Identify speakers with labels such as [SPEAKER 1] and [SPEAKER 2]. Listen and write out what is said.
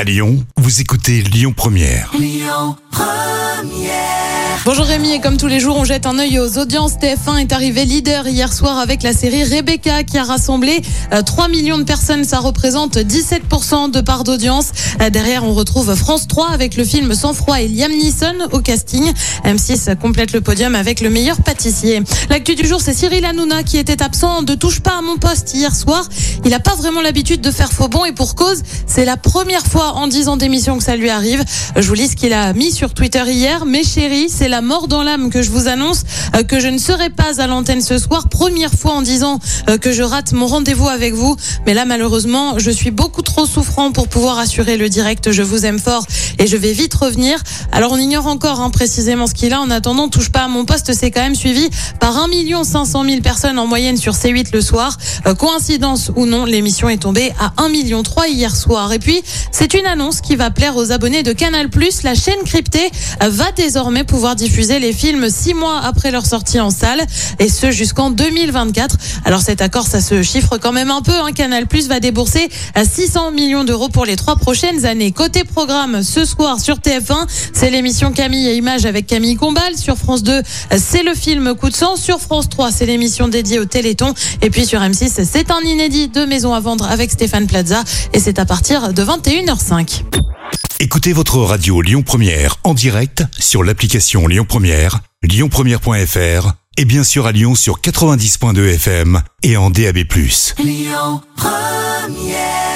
[SPEAKER 1] À Lyon, vous écoutez Lyon Première.
[SPEAKER 2] Lyon Première.
[SPEAKER 3] Bonjour Rémi, et comme tous les jours, on jette un œil aux audiences. TF1 est arrivé leader hier soir avec la série Rebecca qui a rassemblé 3 millions de personnes. Ça représente 17% de part d'audience. Derrière, on retrouve France 3 avec le film Sang Froid et Liam Neeson au casting. M6 complète le podium avec le meilleur pâtissier. L'actu du jour, c'est Cyril Hanouna qui était absent de Touche pas à mon poste hier soir. Il n'a pas vraiment l'habitude de faire faux bond et pour cause, c'est la première fois en 10 ans d'émission que ça lui arrive. Je vous lis ce qu'il a mis sur Twitter hier. Mes chéris, c'est la mort dans l'âme que je vous annonce que je ne serai pas à l'antenne ce soir. Première fois en 10 ans que je rate mon rendez-vous avec vous. Mais là, malheureusement, je suis beaucoup trop souffrant pour pouvoir assurer le direct. Je vous aime fort et je vais vite revenir. Alors, on ignore encore précisément ce qu'il a. En attendant, Touche pas à mon poste, c'est quand même suivi par 1 500 000 personnes en moyenne sur C8 le soir. Coïncidence ou non, l'émission est tombée à 1,3 million hier soir. Et puis, c'est une annonce qui va plaire aux abonnés de Canal+. La chaîne cryptée va désormais pouvoir diffuser les films 6 mois après leur sortie en salle, et ce jusqu'en 2024. Alors cet accord, ça se chiffre quand même un peu. Canal+ va débourser 600 millions d'euros pour les 3 prochaines années. Côté programme, ce soir sur TF1, c'est l'émission Camille et Images avec Camille Combal. Sur France 2, c'est le film Coup de sang. Sur France 3, c'est l'émission dédiée au Téléthon. Et puis sur M6, c'est un inédit de Maison à vendre avec Stéphane Plaza. Et c'est à partir de 21h05.
[SPEAKER 1] Écoutez votre radio Lyon Première en direct sur l'application Lyon Première, lyonpremière.fr et bien sûr à Lyon sur 90.2 FM et en DAB+.
[SPEAKER 2] Lyon Première.